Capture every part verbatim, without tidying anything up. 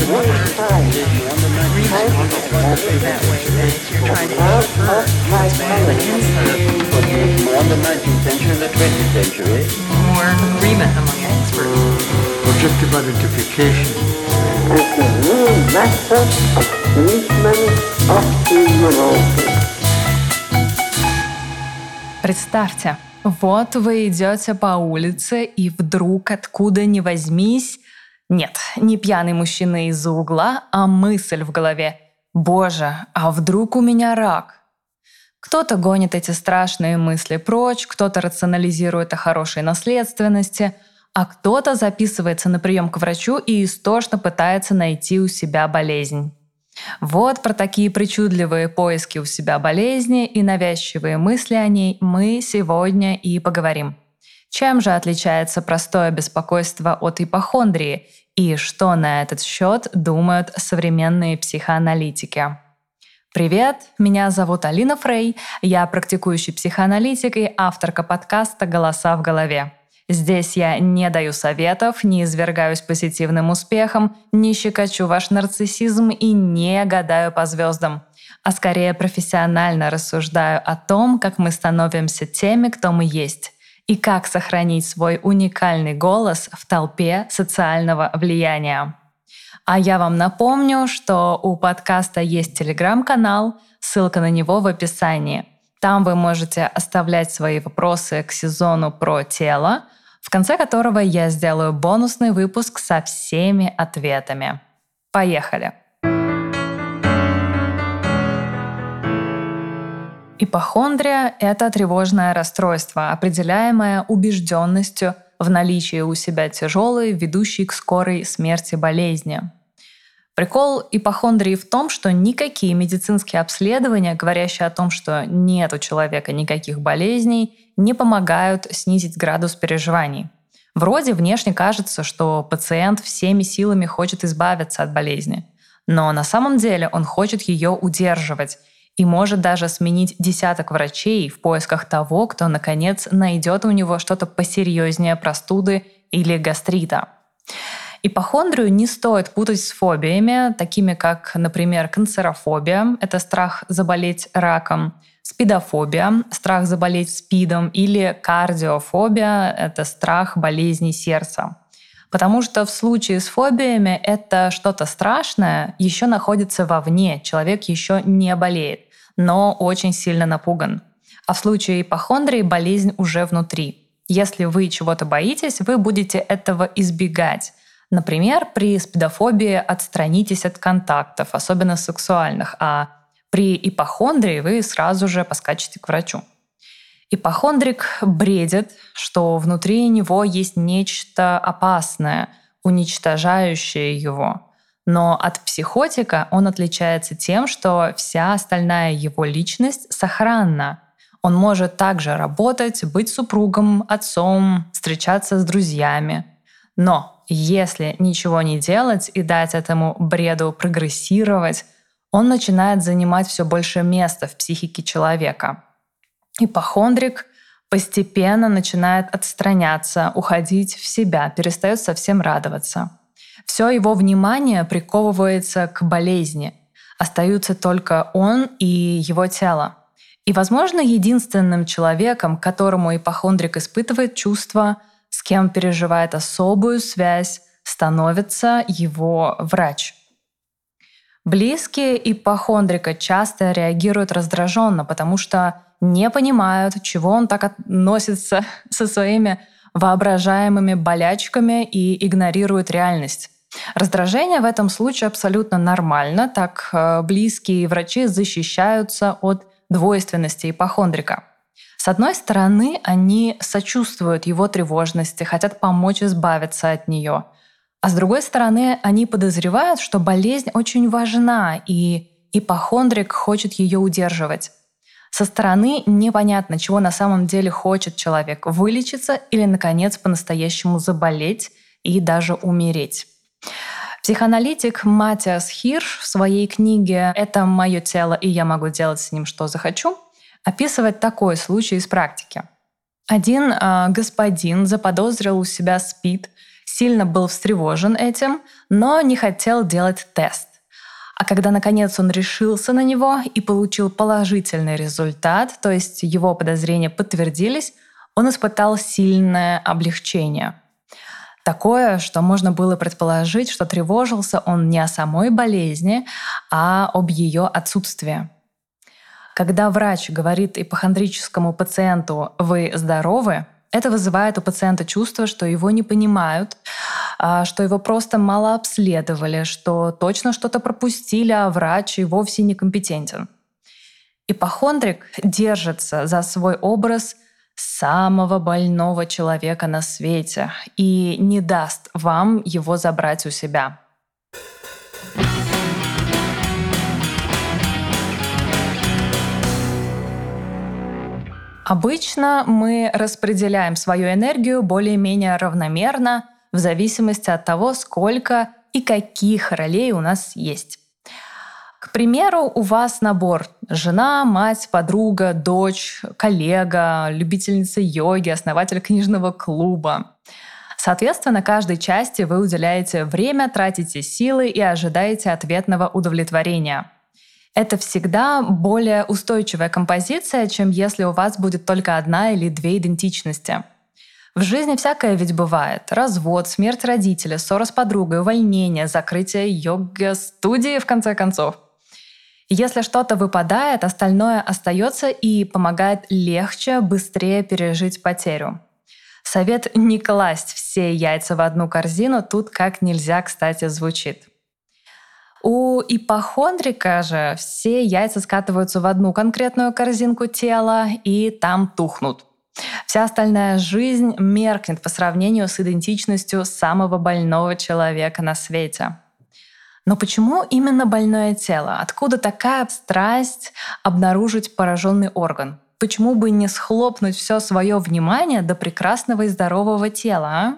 that way, that if you're trying to avert what's going on inside, more in the nineteenth century and the twentieth century. more agreement among experts. Objective identification. As the new method of treatment of the neurosis. Представьте, вот вы идете по улице, и вдруг откуда ни возьмись... Нет, не пьяный мужчина из-за угла, а мысль в голове. «Боже, а вдруг у меня рак?» Кто-то гонит эти страшные мысли прочь, кто-то рационализирует о хорошей наследственности, а кто-то записывается на прием к врачу и истошно пытается найти у себя болезнь. Вот про такие причудливые поиски у себя болезни и навязчивые мысли о ней мы сегодня и поговорим. Чем же отличается простое беспокойство от ипохондрии и что на этот счет думают современные психоаналитики? Привет, меня зовут Алина Фрей, я практикующий психоаналитик и авторка подкаста «Голоса в голове». Здесь я не даю советов, не извергаюсь позитивным успехом, не щекочу ваш нарциссизм и не гадаю по звездам, а скорее профессионально рассуждаю о том, как мы становимся теми, кто мы есть, и как сохранить свой уникальный голос в толпе социального влияния. А я вам напомню, что у подкаста есть телеграм-канал, ссылка на него в описании. Там вы можете оставлять свои вопросы к сезону про тело, в конце которого я сделаю бонусный выпуск со всеми ответами. Поехали! Ипохондрия — это тревожное расстройство, определяемое убежденностью в наличии у себя тяжелой, ведущей к скорой смерти болезни. Прикол ипохондрии в том, что никакие медицинские обследования, говорящие о том, что нет у человека никаких болезней, не помогают снизить градус переживаний. Вроде внешне кажется, что пациент всеми силами хочет избавиться от болезни, но на самом деле он хочет ее удерживать и может даже сменить десяток врачей в поисках того, кто, наконец, найдет у него что-то посерьезнее простуды или гастрита. Ипохондрию не стоит путать с фобиями, такими как, например, канцерофобия — это страх заболеть раком, спидофобия — страх заболеть СПИДом, или кардиофобия — это страх болезней сердца. Потому что в случае с фобиями это что-то страшное еще находится вовне, человек еще не болеет, но очень сильно напуган. А в случае ипохондрии болезнь уже внутри. Если вы чего-то боитесь, вы будете этого избегать. Например, при спидофобии отстранитесь от контактов, особенно сексуальных, а при ипохондрии вы сразу же поскачете к врачу. Ипохондрик бредит, что внутри него есть нечто опасное, уничтожающее его. Но от психотика он отличается тем, что вся остальная его личность сохранна. Он может также работать, быть супругом, отцом, встречаться с друзьями. Но если ничего не делать и дать этому бреду прогрессировать, он начинает занимать все больше места в психике человека. Ипохондрик постепенно начинает отстраняться, уходить в себя, перестает совсем радоваться. Все его внимание приковывается к болезни. Остаются только он и его тело. И, возможно, единственным человеком, которому ипохондрик испытывает чувства, с кем переживает особую связь, становится его врач. Близкие ипохондрика часто реагируют раздраженно, потому что не понимают, чего он так относится со своими воображаемыми болячками и игнорируют реальность. Раздражение в этом случае абсолютно нормально, так близкие врачи защищаются от двойственности ипохондрика. С одной стороны, они сочувствуют его тревожности, хотят помочь избавиться от нее. А с другой стороны, они подозревают, что болезнь очень важна, и ипохондрик хочет ее удерживать. Со стороны непонятно, чего на самом деле хочет человек — вылечиться или, наконец, по-настоящему заболеть и даже умереть. Психоаналитик Матиас Хирш в своей книге «Это мое тело, и я могу делать с ним, что захочу» описывает такой случай из практики. Один э, господин заподозрил у себя СПИД, сильно был встревожен этим, но не хотел делать тест. А когда, наконец, он решился на него и получил положительный результат, то есть его подозрения подтвердились, он испытал сильное облегчение. Такое, что можно было предположить, что тревожился он не о самой болезни, а об ее отсутствии. Когда врач говорит ипохондрическому пациенту «вы здоровы», это вызывает у пациента чувство, что его не понимают, что его просто мало обследовали, что точно что-то пропустили, а врач и вовсе некомпетентен. Ипохондрик держится за свой образ самого больного человека на свете и не даст вам его забрать у себя. Обычно мы распределяем свою энергию более-менее равномерно в зависимости от того, сколько и каких ролей у нас есть. К примеру, у вас набор: жена, мать, подруга, дочь, коллега, любительница йоги, основатель книжного клуба. Соответственно, каждой части вы уделяете время, тратите силы и ожидаете ответного удовлетворения. Это всегда более устойчивая композиция, чем если у вас будет только одна или две идентичности. В жизни всякое ведь бывает. Развод, смерть родителя, ссора с подругой, увольнение, закрытие йога-студии, в конце концов. Если что-то выпадает, остальное остается и помогает легче, быстрее пережить потерю. Совет не класть все яйца в одну корзину тут как нельзя кстати звучит. У ипохондрика же все яйца скатываются в одну конкретную корзинку тела и там тухнут. Вся остальная жизнь меркнет по сравнению с идентичностью самого больного человека на свете. Но почему именно больное тело? Откуда такая страсть обнаружить пораженный орган? Почему бы не схлопнуть все свое внимание до прекрасного и здорового тела, а?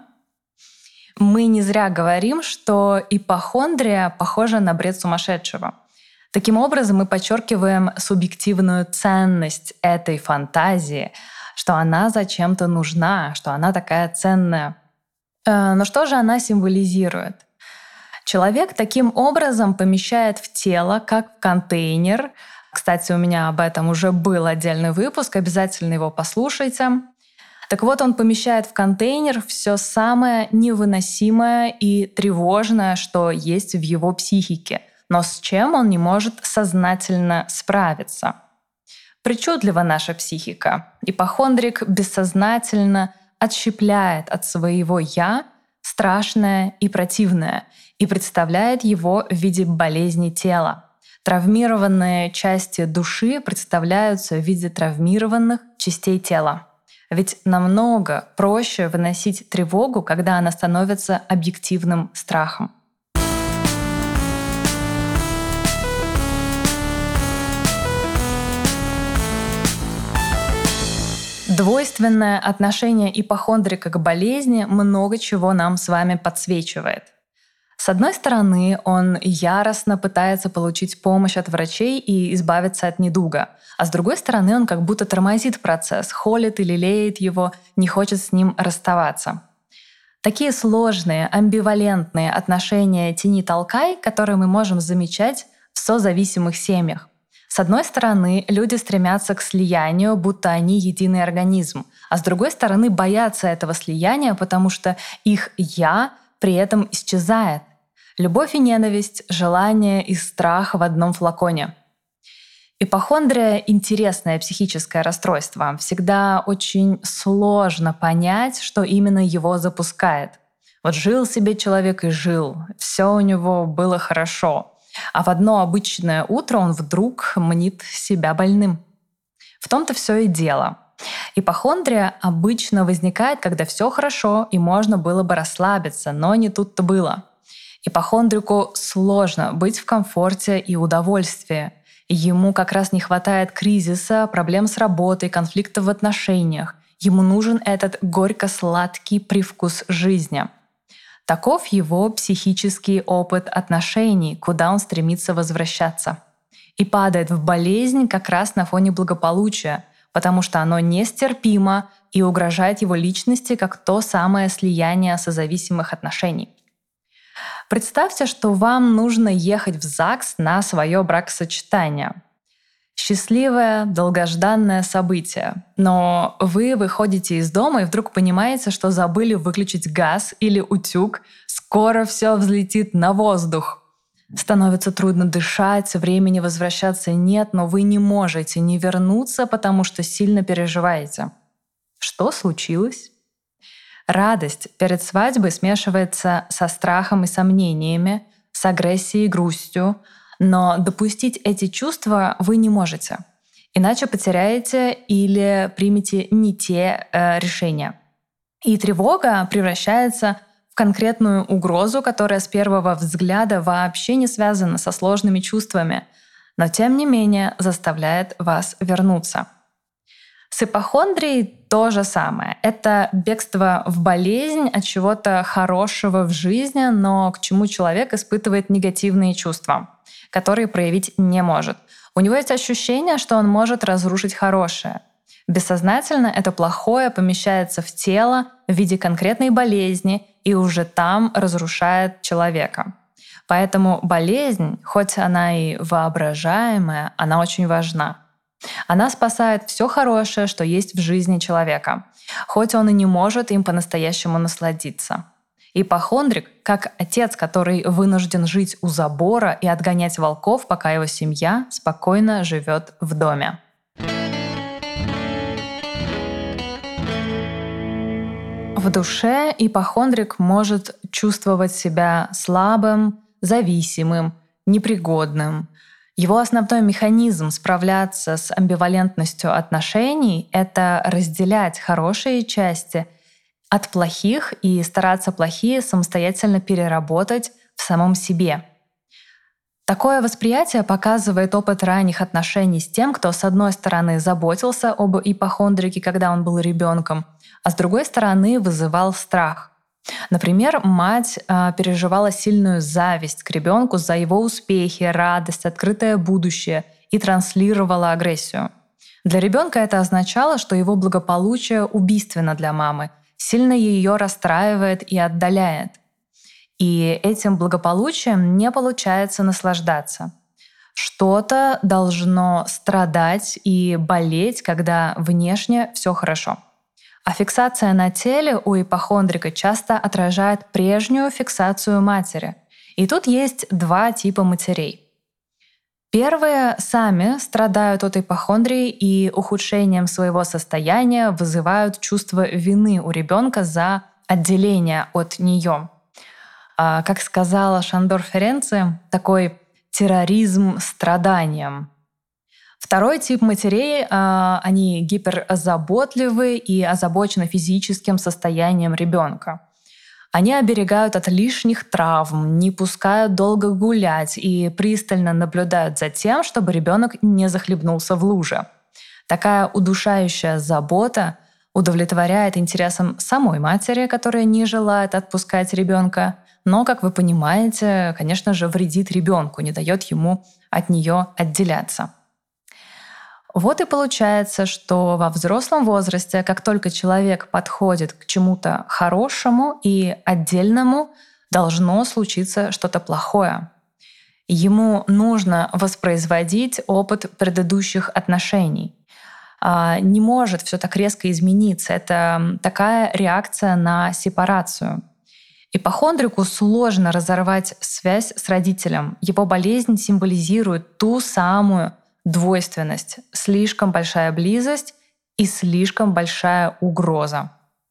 Мы не зря говорим, что ипохондрия похожа на бред сумасшедшего. Таким образом, мы подчеркиваем субъективную ценность этой фантазии, что она зачем-то нужна, что она такая ценная. Но что же она символизирует? Человек таким образом помещает в тело, как в контейнер. Кстати, у меня об этом уже был отдельный выпуск, обязательно его послушайте. Так вот, он помещает в контейнер все самое невыносимое и тревожное, что есть в его психике, но с чем он не может сознательно справиться. Причудлива наша психика. Ипохондрик бессознательно отщепляет от своего «я» страшное и противное и представляет его в виде болезни тела. Травмированные части души представляются в виде травмированных частей тела. Ведь намного проще выносить тревогу, когда она становится объективным страхом. Двойственное отношение ипохондрика к болезни много чего нам с вами подсвечивает. С одной стороны, он яростно пытается получить помощь от врачей и избавиться от недуга, а с другой стороны, он как будто тормозит процесс, холит и лелеет его, не хочет с ним расставаться. Такие сложные, амбивалентные отношения тяни-толкай, которые мы можем замечать в созависимых семьях. С одной стороны, люди стремятся к слиянию, будто они единый организм, а с другой стороны, боятся этого слияния, потому что их «я» при этом исчезает. Любовь и ненависть, желание и страх в одном флаконе. Ипохондрия — интересное психическое расстройство. Всегда очень сложно понять, что именно его запускает. Вот жил себе человек и жил, все у него было хорошо, а в одно обычное утро он вдруг мнит себя больным. В том-то все и дело. Ипохондрия обычно возникает, когда все хорошо и можно было бы расслабиться, но не тут-то было. Ипохондрику сложно быть в комфорте и удовольствии. Ему как раз не хватает кризиса, проблем с работой, конфликтов в отношениях. Ему нужен этот горько-сладкий привкус жизни. Таков его психический опыт отношений, куда он стремится возвращаться. И падает в болезнь как раз на фоне благополучия, потому что оно нестерпимо и угрожает его личности как то самое слияние созависимых отношений. Представьте, что вам нужно ехать в ЗАГС на свое бракосочетание. Счастливое, долгожданное событие. Но вы выходите из дома и вдруг понимаете, что забыли выключить газ или утюг. Скоро все взлетит на воздух. Становится трудно дышать, времени возвращаться нет, но вы не можете не вернуться, потому что сильно переживаете. Что случилось? Радость перед свадьбой смешивается со страхом и сомнениями, с агрессией и грустью, но допустить эти чувства вы не можете. Иначе потеряете или примете не те э, решения. И тревога превращается в конкретную угрозу, которая с первого взгляда вообще не связана со сложными чувствами, но тем не менее заставляет вас вернуться. С ипохондрией то же самое. Это бегство в болезнь от чего-то хорошего в жизни, но к чему человек испытывает негативные чувства, которые проявить не может. У него есть ощущение, что он может разрушить хорошее. Бессознательно это плохое помещается в тело в виде конкретной болезни и уже там разрушает человека. Поэтому болезнь, хоть она и воображаемая, она очень важна. Она спасает все хорошее, что есть в жизни человека, хоть он и не может им по-настоящему насладиться. Ипохондрик, как отец, который вынужден жить у забора и отгонять волков, пока его семья спокойно живет в доме. В душе ипохондрик может чувствовать себя слабым, зависимым, непригодным. Его основной механизм справляться с амбивалентностью отношений — это разделять хорошие части от плохих и стараться плохие самостоятельно переработать в самом себе. Такое восприятие показывает опыт ранних отношений с тем, кто, с одной стороны, заботился об ипохондрике, когда он был ребенком, а с другой стороны, вызывал страх. Например, мать э, переживала сильную зависть к ребенку за его успехи, радость, открытое будущее и транслировала агрессию. Для ребенка это означало, что его благополучие убийственно для мамы, сильно ее расстраивает и отдаляет. И этим благополучием не получается наслаждаться. Что-то должно страдать и болеть, когда внешне все хорошо. А фиксация на теле у ипохондрика часто отражает прежнюю фиксацию матери. И тут есть два типа матерей. Первые сами страдают от ипохондрии и ухудшением своего состояния вызывают чувство вины у ребенка за отделение от нее. Как сказала Шандор Ференци, такой терроризм страданием. Второй тип матерей, они гиперзаботливы и озабочены физическим состоянием ребенка. Они оберегают от лишних травм, не пускают долго гулять и пристально наблюдают за тем, чтобы ребенок не захлебнулся в луже. Такая удушающая забота удовлетворяет интересам самой матери, которая не желает отпускать ребенка, но, как вы понимаете, конечно же, вредит ребенку, не дает ему от нее отделяться. Вот и получается, что во взрослом возрасте, как только человек подходит к чему-то хорошему и отдельному, должно случиться что-то плохое. Ему нужно воспроизводить опыт предыдущих отношений. Не может все так резко измениться. Это такая реакция на сепарацию. Ипохондрику сложно разорвать связь с родителем. Его болезнь символизирует ту самую двойственность, слишком большая близость и слишком большая угроза.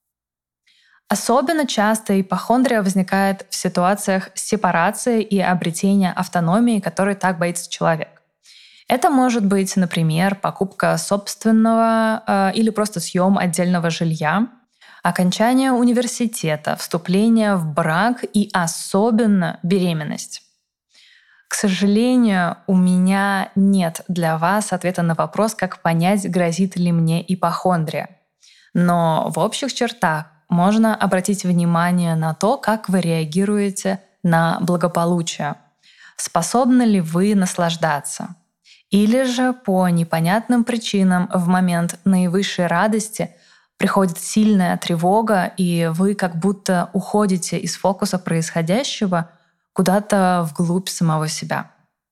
Особенно часто ипохондрия возникает в ситуациях сепарации и обретения автономии, которой так боится человек. Это может быть, например, покупка собственного э, или просто съем отдельного жилья, окончание университета, вступление в брак и особенно беременность. К сожалению, у меня нет для вас ответа на вопрос, как понять, грозит ли мне ипохондрия. Но в общих чертах можно обратить внимание на то, как вы реагируете на благополучие. Способны ли вы наслаждаться? Или же по непонятным причинам в момент наивысшей радости приходит сильная тревога, и вы как будто уходите из фокуса происходящего куда-то вглубь самого себя.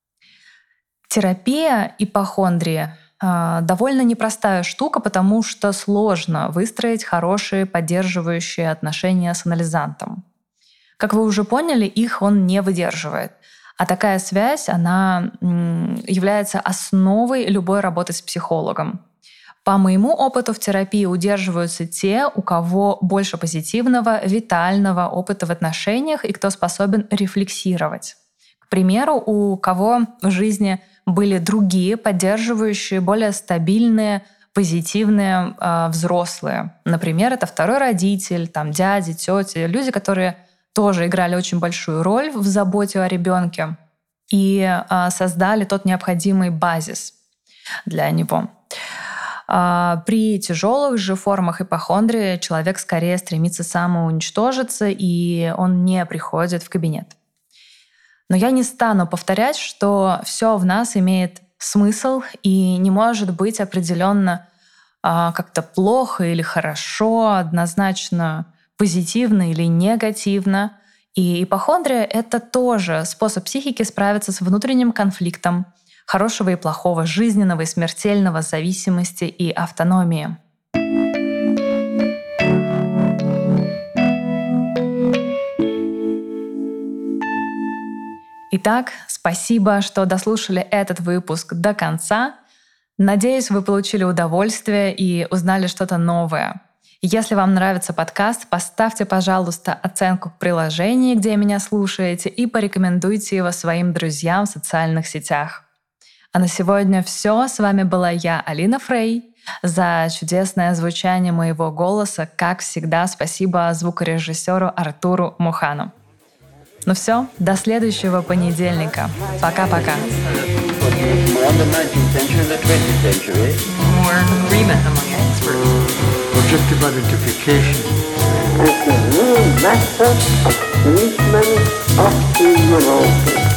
Терапия ипохондрии э, довольно непростая штука, потому что сложно выстроить хорошие поддерживающие отношения с анализантом. Как вы уже поняли, их он не выдерживает. А такая связь, она м, является основой любой работы с психологом. По моему опыту в терапии удерживаются те, у кого больше позитивного, витального опыта в отношениях и кто способен рефлексировать. К примеру, у кого в жизни были другие, поддерживающие, более стабильные, позитивные э, взрослые. Например, это второй родитель, там, дяди, тети, люди, которые тоже играли очень большую роль в заботе о ребенке и э, создали тот необходимый базис для него. При тяжелых же формах ипохондрии человек скорее стремится самоуничтожиться, и он не приходит в кабинет. Но я не стану повторять, что все в нас имеет смысл и не может быть определенно как-то плохо или хорошо, однозначно позитивно или негативно. И ипохондрия — это тоже способ психики справиться с внутренним конфликтом, хорошего и плохого, жизненного и смертельного, зависимости и автономии. Итак, спасибо, что дослушали этот выпуск до конца. Надеюсь, вы получили удовольствие и узнали что-то новое. Если вам нравится подкаст, поставьте, пожалуйста, оценку в приложении, где меня слушаете, и порекомендуйте его своим друзьям в социальных сетях. А на сегодня все. С вами была я, Алина Фрей. За чудесное звучание моего голоса, как всегда, спасибо звукорежиссеру Артуру Мухану. Ну все, до следующего понедельника. Пока-пока. More in the nineteenth century than the twentieth century. More agreement among experts. Objective identification. as the new method of treatment of the neurosis.